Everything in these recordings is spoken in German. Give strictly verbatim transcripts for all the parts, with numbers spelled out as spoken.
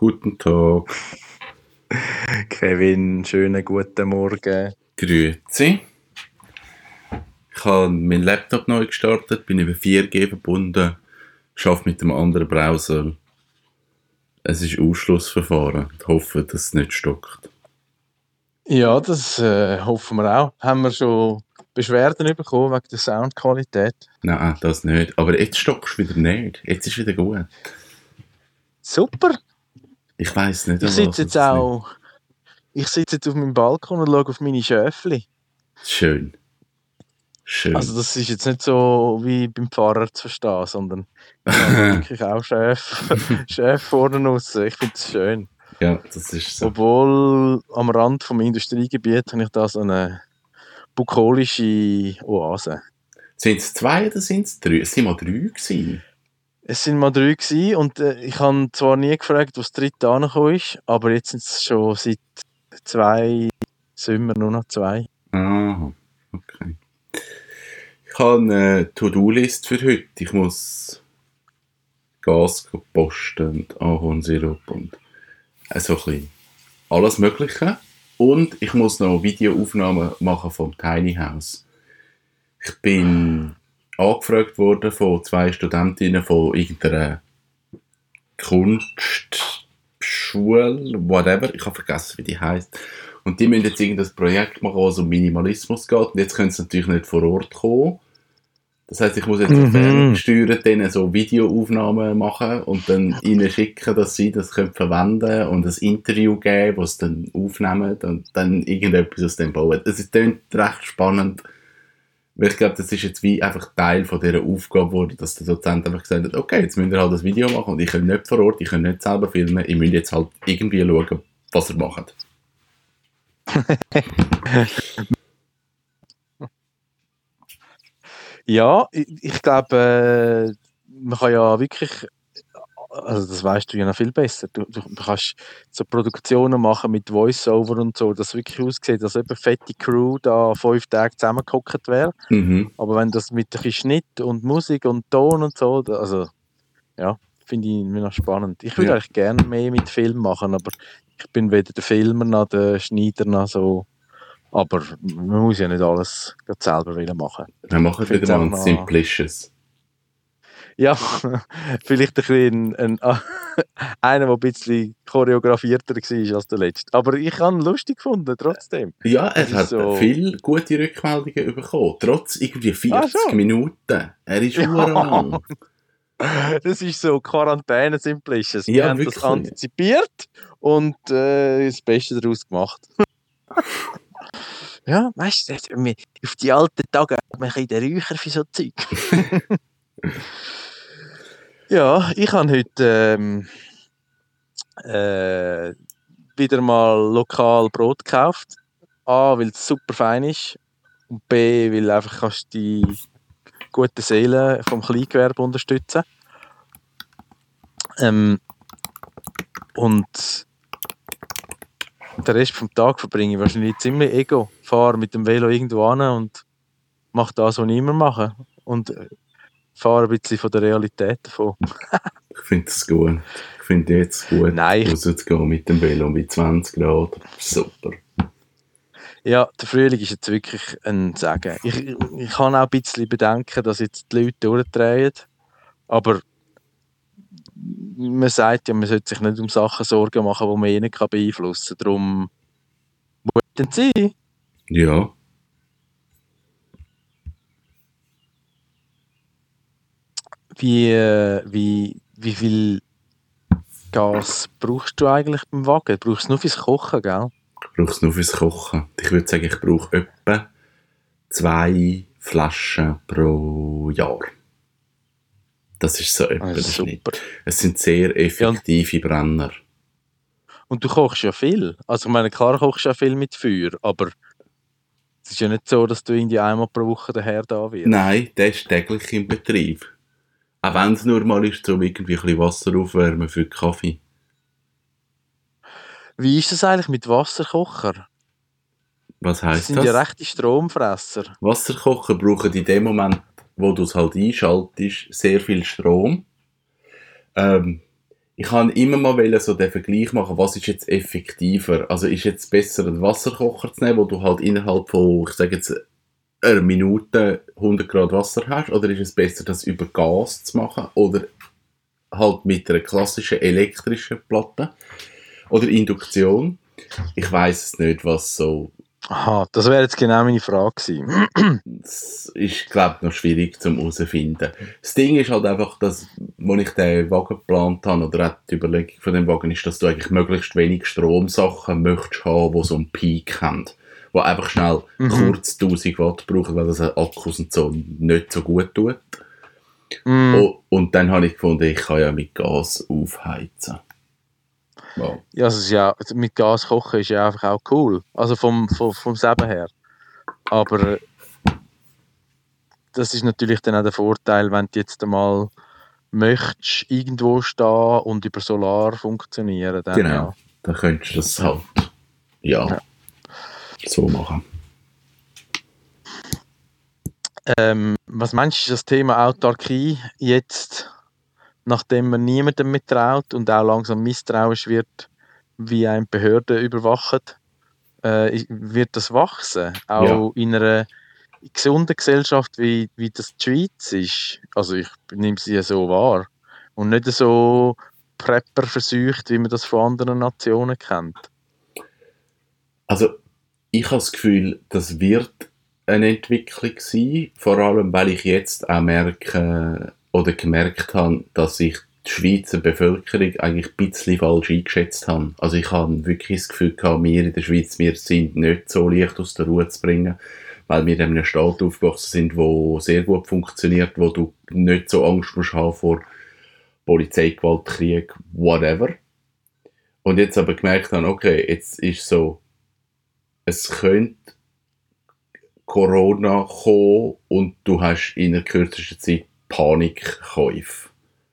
Guten Tag. Kevin, schönen guten Morgen. Grüezi. Ich habe meinen Laptop neu gestartet, bin über vier G verbunden, arbeite mit einem anderen Browser. Es ist Ausschlussverfahren. Ich hoffe, dass es nicht stockt. Ja, das äh, hoffen wir auch. Haben wir schon Beschwerden bekommen wegen der Soundqualität? Nein, das nicht. Aber jetzt stockst du wieder nicht. Jetzt ist wieder gut. Super. Ich weiss nicht, Ich an sitze was jetzt es auch. Ich sitze jetzt auf meinem Balkon und schaue auf meine Schäfli. Schön. Schön. Also das ist jetzt nicht so wie beim Pfarrer zu verstehen, sondern ich habe wirklich auch Chef, Chef vorne raus. Ich finde es schön. Ja, das ist so. Obwohl am Rand vom Industriegebiet habe ich da so eine bukolische Oase. Sind es zwei oder sind es drei? Es waren mal drei gewesen. Es sind mal drei gewesen und äh, ich habe zwar nie gefragt, was das dritte angekommen ist, aber jetzt sind es schon seit zwei Sommer nur noch zwei. Ah, okay. Ich habe eine To-Do-List für heute. Ich muss Gas posten und Ahornsirup und so ein bisschen alles Mögliche. Und ich muss noch Videoaufnahmen machen vom Tiny House. Ich bin angefragt worden von zwei Studentinnen von irgendeiner Kunstschule, whatever. Ich habe vergessen, wie die heisst. Und die müssen jetzt irgendein Projekt machen, das um Minimalismus geht. Und jetzt können sie natürlich nicht vor Ort kommen. Das heisst, ich muss jetzt mhm. ferngesteuert denen so Videoaufnahmen machen und dann ihnen schicken, dass sie das können verwenden und ein Interview geben, das sie dann aufnehmen und dann irgendetwas aus dem bauen. Es klingt recht spannend, weil ich glaube, das ist jetzt wie einfach Teil von dieser Aufgabe geworden, dass der Dozent einfach gesagt hat, okay, jetzt müsst ihr halt das Video machen und ich kann nicht vor Ort, ich kann nicht selber filmen, ich muss jetzt halt irgendwie schauen, was ihr macht. Ja, ich, ich glaube, äh, man kann ja wirklich, also das weißt du ja noch viel besser, du, du kannst so Produktionen machen mit Voice-Over und so, dass es wirklich aussieht, als ob eine fette Crew da fünf Tage zusammengehockt wäre. Mhm. Aber wenn das mit ein bisschen Schnitt und Musik und Ton und so, also ja, finde ich immer noch spannend. Ich würde ja. eigentlich gerne mehr mit Film machen, aber ich bin weder der Filmer noch der Schneider noch so. Aber man muss ja nicht alles selber machen. Wir machen wieder mal ein Simplicious. Ja, vielleicht ein bisschen ein, ein, einer, der ein bisschen choreografierter war als der letzte. Aber ich habe ihn lustig gefunden, trotzdem. Ja, er hat so viele gute Rückmeldungen bekommen. Trotz irgendwie vierzig ah, Minuten. Er ist ja lang. Das ist so Quarantäne-Simplicious. Wir ja, haben wirklich. Das antizipiert und äh, das Beste daraus gemacht. Ja, weißt du, auf die alten Tage hat man ein bisschen den Räucher für so Zeug. Ja, ich habe heute ähm, äh, wieder mal lokal Brot gekauft. A, weil es super fein ist. Und B, weil einfach kannst du die guten Seelen vom Kleingewerbe unterstützen. Ähm, und den Rest vom Tag verbringe ich wahrscheinlich ziemlich ego. Fahre mit dem Velo irgendwo hin und mache das, was ich immer mache. Und fahre ein bisschen von der Realität davon. Ich finde es gut. Ich finde jetzt gut, Nein, rauszugehen mit dem Velo mit zwanzig Grad. Super. Ja, der Frühling ist jetzt wirklich ein Segen. Ich, ich kann auch ein bisschen bedenken, dass jetzt die Leute durchdrehen. Aber man sagt ja, man sollte sich nicht um Sachen Sorgen machen, die man eh nicht beeinflussen kann. Darum wollten Sie? Ja. Wie, wie, wie viel Gas brauchst du eigentlich beim Wagen? Du brauchst es nur fürs Kochen, gell? Ich brauche es nur fürs Kochen. Ich würde sagen, ich brauche etwa zwei Flaschen pro Jahr. Das ist so etwa der Schnitt. Es sind sehr effektive ja. Brenner. Und du kochst ja viel. Also ich meine, klar kochst du ja viel mit Feuer, aber es ist ja nicht so, dass du irgendwie einmal pro Woche den Herd anwirfst. Nein, der ist täglich im Betrieb. Auch wenn es nur mal ist, um irgendwie ein bisschen Wasser aufwärmen für den Kaffee. Wie ist das eigentlich mit Wasserkocher? Was heisst das? Das sind ja rechte Stromfresser. Wasserkocher brauchen in dem Moment, wo du es halt einschaltest, sehr viel Strom. Ähm, ich kann immer mal wollen, so den Vergleich machen, was ist jetzt effektiver. Also ist jetzt besser, einen Wasserkocher zu nehmen, wo du halt innerhalb von, ich sage jetzt, einer Minute hundert Grad Wasser hast, oder ist es besser, das über Gas zu machen, oder halt mit einer klassischen elektrischen Platte, oder Induktion. Ich weiss es nicht, was so... Aha, das wäre jetzt genau meine Frage gewesen. Das ist, glaube ich, noch schwierig zum herausfinden. Das Ding ist halt einfach, dass, als ich den Wagen geplant habe, oder auch die Überlegung von dem Wagen ist, dass du eigentlich möglichst wenig Stromsachen möchtest haben, die so einen Peak haben. Die einfach schnell Mhm. kurz tausend Watt brauchen, weil das an Akkus und so nicht so gut tut. Mm, Oh, und dann habe ich gefunden, ich kann ja mit Gas aufheizen. Wow. ja, es ist ja, mit Gas kochen ist ja einfach auch cool. Also vom, vom, vom Seben her. Aber äh, das ist natürlich dann auch der Vorteil, wenn du jetzt einmal möchtest irgendwo stehen und über Solar funktionieren, dann Genau, ja. dann könntest du das halt ja, Ja. so machen. Ähm, was meinst du, ist das Thema Autarkie jetzt, nachdem man niemandem mehr traut und auch langsam misstrauisch wird, wie ein Behörden überwachen, äh, i- wird das wachsen? Auch in einer gesunden Gesellschaft, wie, wie das die Schweiz ist. Also ich nehme sie ja so wahr. Und nicht so Prepper versucht, wie man das von anderen Nationen kennt. Also, ich habe das Gefühl, das wird eine Entwicklung sein, vor allem, weil ich jetzt auch merke oder gemerkt habe, dass ich die Schweizer Bevölkerung eigentlich ein bisschen falsch eingeschätzt habe. Also ich habe wirklich das Gefühl gehabt, wir in der Schweiz, wir sind nicht so leicht aus der Ruhe zu bringen, weil wir in einem Staat aufgewachsen sind, wo sehr gut funktioniert, wo du nicht so Angst musst haben vor Polizeigewalt, Krieg, whatever. Und jetzt aber gemerkt habe, okay, jetzt ist so, es könnte Corona kommen und du hast in der kürzesten Zeit Panikkäufe.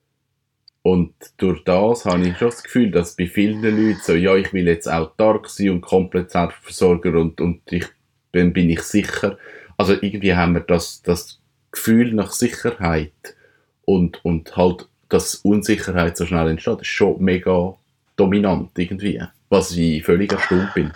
Und durch das habe ich schon das Gefühl, dass bei vielen Leuten so, ja, ich will jetzt autark sein und komplett Selbstversorger und, und ich bin, bin ich sicher. Also irgendwie haben wir das, das Gefühl nach Sicherheit und, und halt, dass Unsicherheit so schnell entsteht, ist schon mega dominant irgendwie. Was ich völlig erstaunt bin.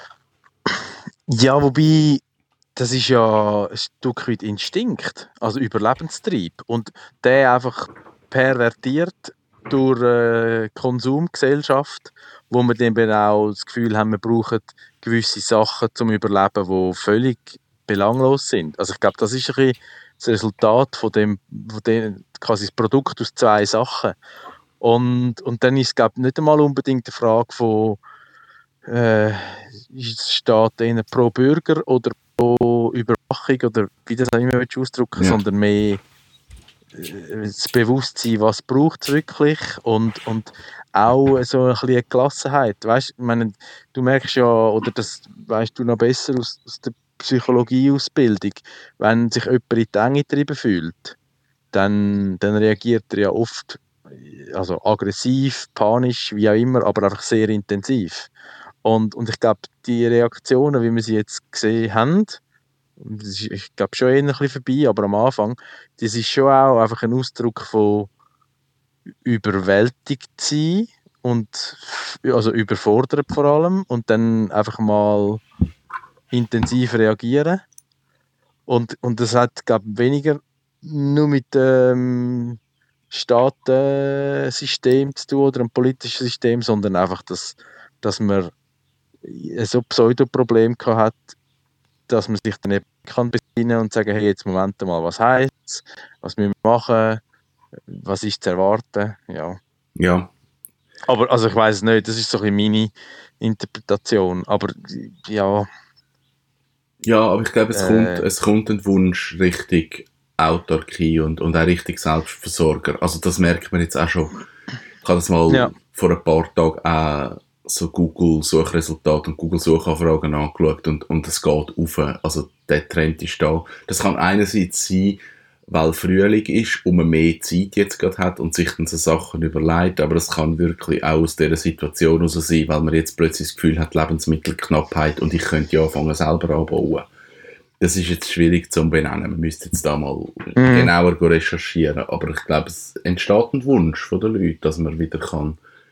Ja, wobei, das ist ja ein Stück weit Instinkt, also Überlebenstrieb. Und der einfach pervertiert durch äh, Konsumgesellschaft, wo wir dann eben auch das Gefühl haben, wir brauchen gewisse Sachen zum Überleben, die völlig belanglos sind. Also ich glaube, das ist ein bisschen das Resultat von dem, von dem quasi das Produkt aus zwei Sachen. Und, und dann ist es, glaube ich, nicht einmal unbedingt eine Frage von äh, steht eher pro Bürger oder pro Überwachung oder wie das auch immer willst du ausdrücken, Ja. sondern mehr äh, das Bewusstsein, was braucht es wirklich und, und auch so ein bisschen eine Gelassenheit. Weißt, ich meine, du merkst ja, oder das weißt du noch besser aus, aus der Psychologieausbildung, wenn sich jemand in die Enge getrieben fühlt, dann, dann reagiert er ja oft also aggressiv, panisch, wie auch immer, aber einfach sehr intensiv. Und, und ich glaube, die Reaktionen, wie wir sie jetzt gesehen haben, und das ist, ich glaube, schon eher ein bisschen vorbei, aber am Anfang, das ist schon auch einfach ein Ausdruck von überwältigt sein und f- also überfordert vor allem und dann einfach mal intensiv reagieren. Und, und das hat, glaube ich, weniger nur mit dem Staatensystem zu tun oder einem politischen System, sondern einfach, dass, dass man so ein Pseudoproblem gehabt hat, dass man sich dann eben kann besinnen und sagen, hey, jetzt Moment mal, was heisst es, was müssen wir machen, was ist zu erwarten, ja. Ja. Aber, also ich weiß es nicht, das ist so ein bisschen meine Interpretation, aber ja, Ja, aber ich glaube, es, Äh. kommt, es kommt ein Wunsch Richtung Autarkie und, und auch Richtung Selbstversorger. Also das merkt man jetzt auch schon. Ich habe das mal Ja. vor ein paar Tagen auch so Google-Suchresultate und Google-Suchanfragen angeschaut und, und es geht auf. Also der Trend ist da. Das kann einerseits sein, weil Frühling ist und man mehr Zeit jetzt gerade hat und sich dann so Sachen überlegt, aber es kann wirklich auch aus dieser Situation heraus sein, weil man jetzt plötzlich das Gefühl hat, Lebensmittelknappheit und ich könnte ja anfangen selber anbauen. Das ist jetzt schwierig zu benennen, man müsste jetzt da mal Mhm. genauer recherchieren, aber ich glaube, es entsteht ein Wunsch von den Leuten, dass man wieder kann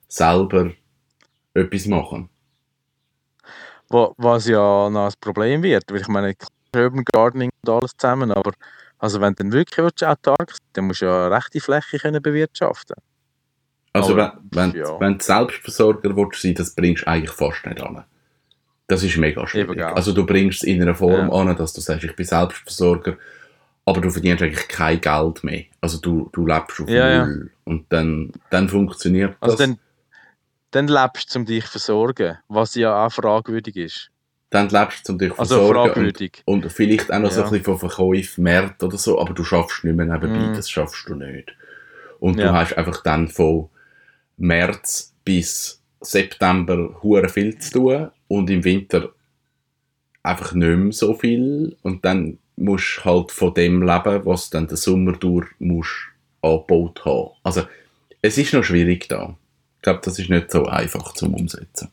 selber etwas machen. Wo, was ja noch ein Problem wird, weil ich meine, Urban Gardening und alles zusammen, aber also wenn du dann wirklich willst, autark sein, dann musst du ja eine rechte Fläche können bewirtschaften. Also Aber, wenn, wenn, ja. wenn du Selbstversorger willst sein, das bringst du eigentlich fast nicht an. Das ist mega schwierig. Eben, gell. Also du bringst es in einer Form Ja. an, dass du sagst, ich bin Selbstversorger, aber du verdienst eigentlich kein Geld mehr. Also du, du lebst auf Ja, Null. Und dann, dann funktioniert das. Also dann, dann lebst du, um dich zu versorgen, was ja auch fragwürdig ist. Dann lebst du, um dich zu Also versorgen fragwürdig. und, und vielleicht auch noch so Ja. ein bisschen von Verkäufen, Märkten oder so, aber du schaffst nicht mehr nebenbei, Mm. das schaffst du nicht. Und Ja. du hast einfach dann von März bis September hure viel zu tun und im Winter einfach nicht mehr so viel und dann musst du halt von dem leben, was dann den Sommer durch musst angebaut haben. Also es ist noch schwierig da. Ich glaube, das ist nicht so einfach zum Umsetzen.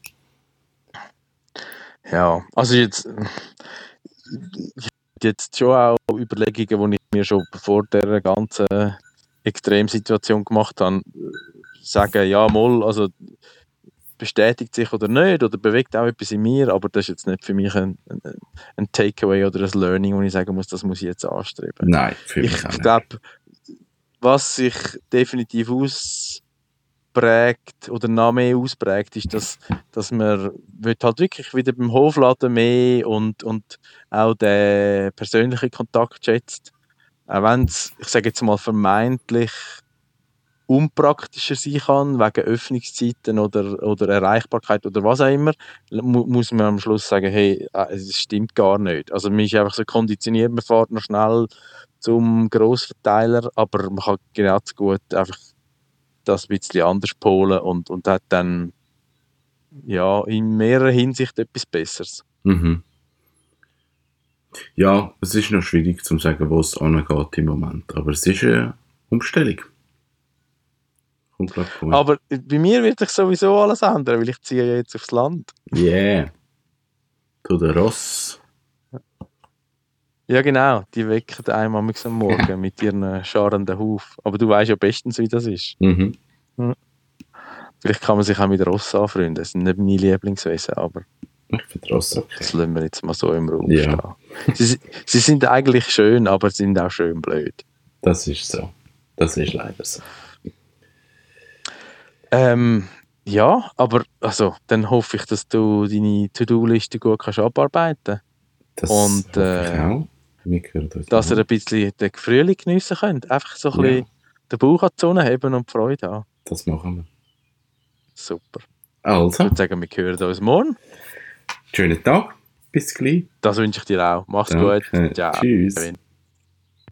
Ja, also jetzt, ich jetzt schon auch Überlegungen, die ich mir schon vor der ganzen Extremsituation gemacht habe, sagen, ja, mal, also bestätigt sich oder nicht oder bewegt auch etwas in mir, aber das ist jetzt nicht für mich ein, ein, ein Takeaway oder ein Learning, wo ich sagen muss, das muss ich jetzt anstreben. Nein, für mich Ich auch nicht. glaube, was sich definitiv ausprägt oder noch mehr ausprägt, ist, dass, dass man will halt wirklich wieder beim Hofladen mehr und, und auch den persönlichen Kontakt schätzt. Auch wenn es, ich sage jetzt mal, vermeintlich unpraktischer sein kann, wegen Öffnungszeiten oder, oder Erreichbarkeit oder was auch immer, mu- muss man am Schluss sagen, hey, äh, es stimmt gar nicht. Also man ist einfach so konditioniert, man fährt noch schnell zum Grossverteiler, aber man kann genau so gut einfach das ein bisschen anders polen und, und hat dann ja, in mehrerer Hinsicht etwas Besseres. Mhm. Ja, es ist noch schwierig zu sagen, wo es angeht im Moment, aber es ist eine Umstellung. Kommt, glaub ich, gut. Aber bei mir wird sich sowieso alles ändern, weil ich ziehe ja jetzt aufs Land. Yeah. Zu der Ross. Ja genau, die wecken einem am Morgen mit ihren scharrenden Huf. Aber du weißt ja bestens, wie das ist. Mhm. Vielleicht kann man sich auch mit Ross anfreunden. Das sind nicht meine Lieblingswesen, aber Ich finde Ross okay. das lassen wir jetzt mal so im Raum Ja. stehen. Sie, sie sind eigentlich schön, aber sie sind auch schön blöd. Das ist so. Das ist leider so. Ähm, ja, aber also, dann hoffe ich, dass du deine To-Do-Liste gut kannst abarbeiten Das Und, hoffe ich äh, auch. Wir hören uns dass ihr mal. ein bisschen den Frühling geniessen könnt. Einfach so ein Ja. bisschen den Bauch an die Sonne haben und die Freude haben. Das machen wir. Super. Ich Also, würde sagen, wir hören uns morgen. schönen Tag. Bis gleich. Das wünsche ich dir auch. Mach's Danke. gut. Ciao. Tschüss. Kevin.